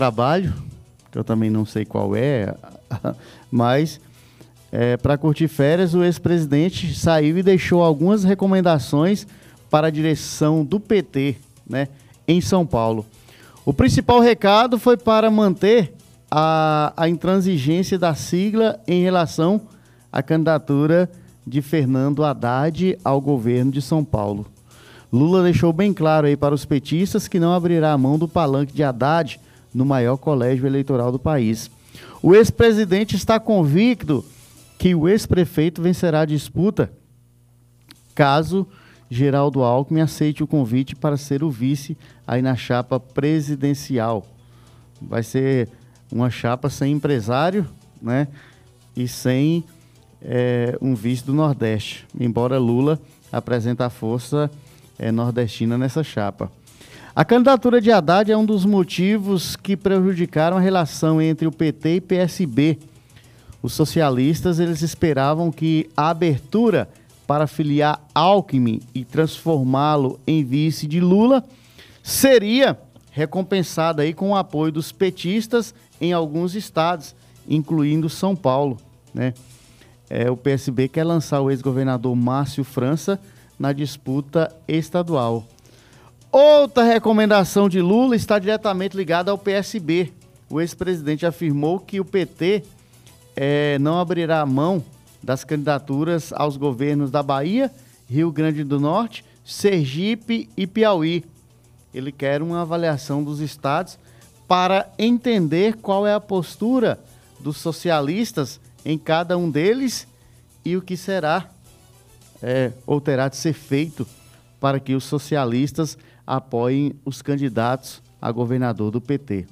trabalho, que eu também não sei qual é, mas para curtir férias, o ex-presidente saiu e deixou algumas recomendações para a direção do PT, né, em São Paulo. O principal recado foi para manter a intransigência da sigla em relação à candidatura de Fernando Haddad ao governo de São Paulo. Lula deixou bem claro aí para os petistas que não abrirá a mão do palanque de Haddad no maior colégio eleitoral do país. O ex-presidente está convicto que o ex-prefeito vencerá a disputa caso Geraldo Alckmin aceite o convite para ser o vice aí na chapa presidencial. Vai ser uma chapa sem empresário, né? E sem um vice do Nordeste, embora Lula apresente a força nordestina nessa chapa. A candidatura de Haddad é um dos motivos que prejudicaram a relação entre o PT e PSB. Os socialistas, eles esperavam que a abertura para filiar Alckmin e transformá-lo em vice de Lula seria recompensada aí com o apoio dos petistas em alguns estados, incluindo São Paulo, né? O PSB quer lançar o ex-governador Márcio França na disputa estadual. Outra recomendação de Lula está diretamente ligada ao PSB. O ex-presidente afirmou que o PT não abrirá mão das candidaturas aos governos da Bahia, Rio Grande do Norte, Sergipe e Piauí. Ele quer uma avaliação dos estados para entender qual é a postura dos socialistas em cada um deles e o que será ou terá de ser feito para que os socialistas apoiem os candidatos a governador do PT.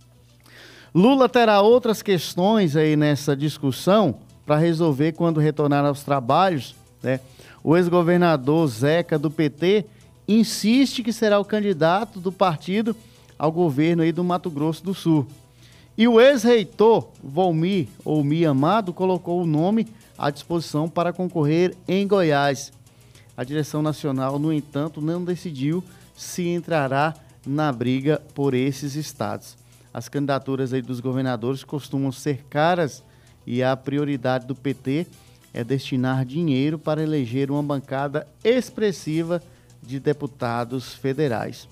Lula terá outras questões aí nessa discussão para resolver quando retornar aos trabalhos, né? O ex-governador Zeca do PT insiste que será o candidato do partido ao governo aí do Mato Grosso do Sul. E o ex-reitor Volmir Amado colocou o nome à disposição para concorrer em Goiás. A direção nacional, no entanto, não decidiu se entrará na briga por esses estados. As candidaturas aí dos governadores costumam ser caras e a prioridade do PT é destinar dinheiro para eleger uma bancada expressiva de deputados federais.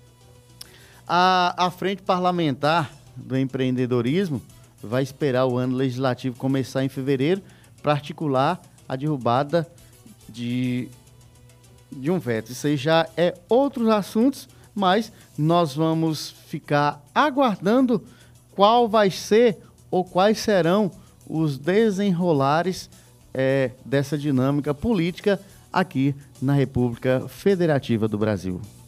A Frente Parlamentar do Empreendedorismo vai esperar o ano legislativo começar em fevereiro para articular a derrubada de um veto. Isso aí já é outros assuntos, mas nós vamos ficar aguardando qual vai ser ou quais serão os desenrolares dessa dinâmica política aqui na República Federativa do Brasil.